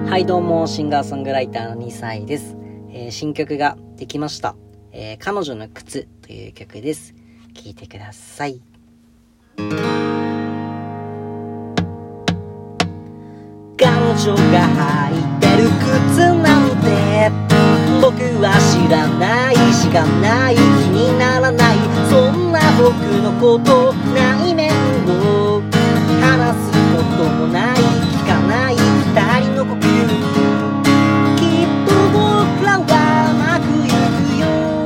はいどうも、シンガーソングライターの2歳です。新曲ができました。彼女の靴という曲です。聴いてください。彼女が履いてる靴なんて僕は知らない、しかない、気にならない、そんな僕のこと内面を話すこともない、聞かない二人の呼吸、きっと僕らはうまくいくよ、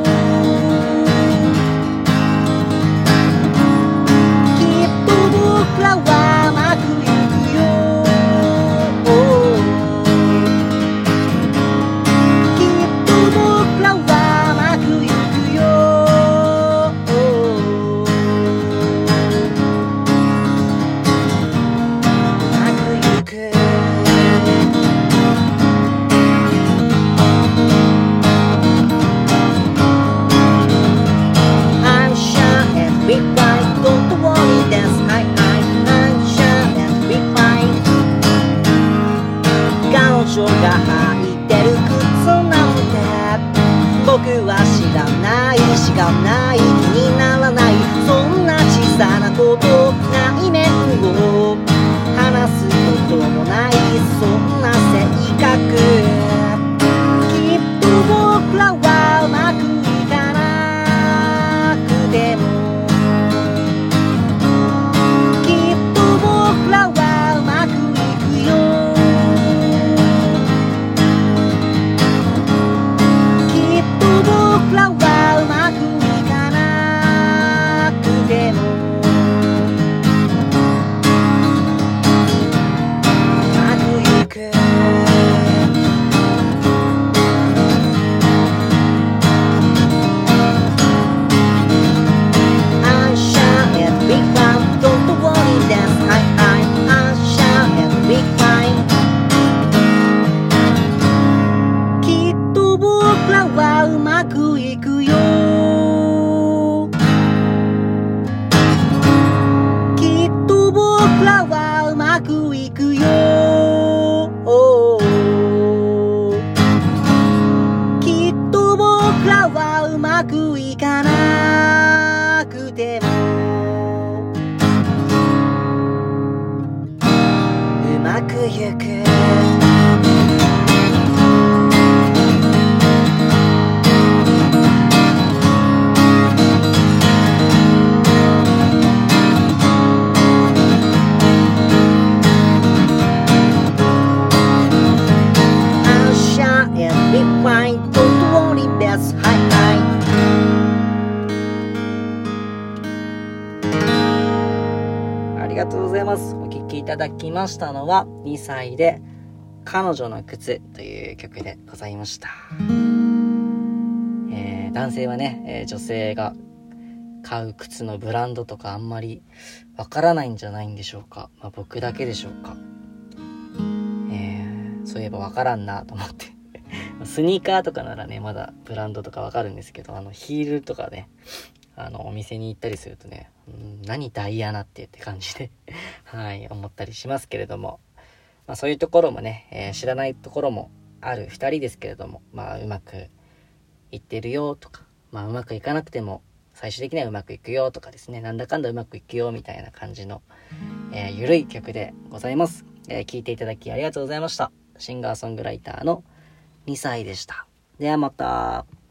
きっと僕らはうまくいくよ、きっと僕らはうまくいくよ、うまくいく。I'm sure and be fine, don't worry, that's high. I'm sure and be fine. 彼女が履いてる靴なんて僕は知らない、しかない、気にならない、そんな小さなこと内面を話すこともない、そんな性格、きっと僕らはうまくいかなくても、きっと僕らはうまくいくよ、きっと僕らはうまくいかなくても、うまくいく。I'm sure and be fine, don't worry, that's high. I'm sure and be fine. きっと僕らはうまくいくよ、きっと僕らはうまくいくよ、きっと僕らはうまくいかなくてもうまくゆく。I'm sure and be fine, don't worry, that's high. ありがとうございます。お聴きいただきましたのは2歳で彼女の靴という曲でございました。男性はね、女性が買う靴のブランドとかあんまりわからないんじゃないんでしょうか。僕だけでしょうか。そういえばわからんなと思ってスニーカーとかならねまだブランドとかわかるんですけど、ヒールとかねお店に行ったりするとね、何ダイアナって感じではい思ったりしますけれども、そういうところもね、知らないところもある2人ですけれども、うまくいってるよとか、うまくいかなくても最終的にはうまくいくよとかですね、なんだかんだうまくいくよみたいな感じの、ゆるい曲でございます。聴いていただきありがとうございました。シンガーソングライターの2歳でした。ではまた。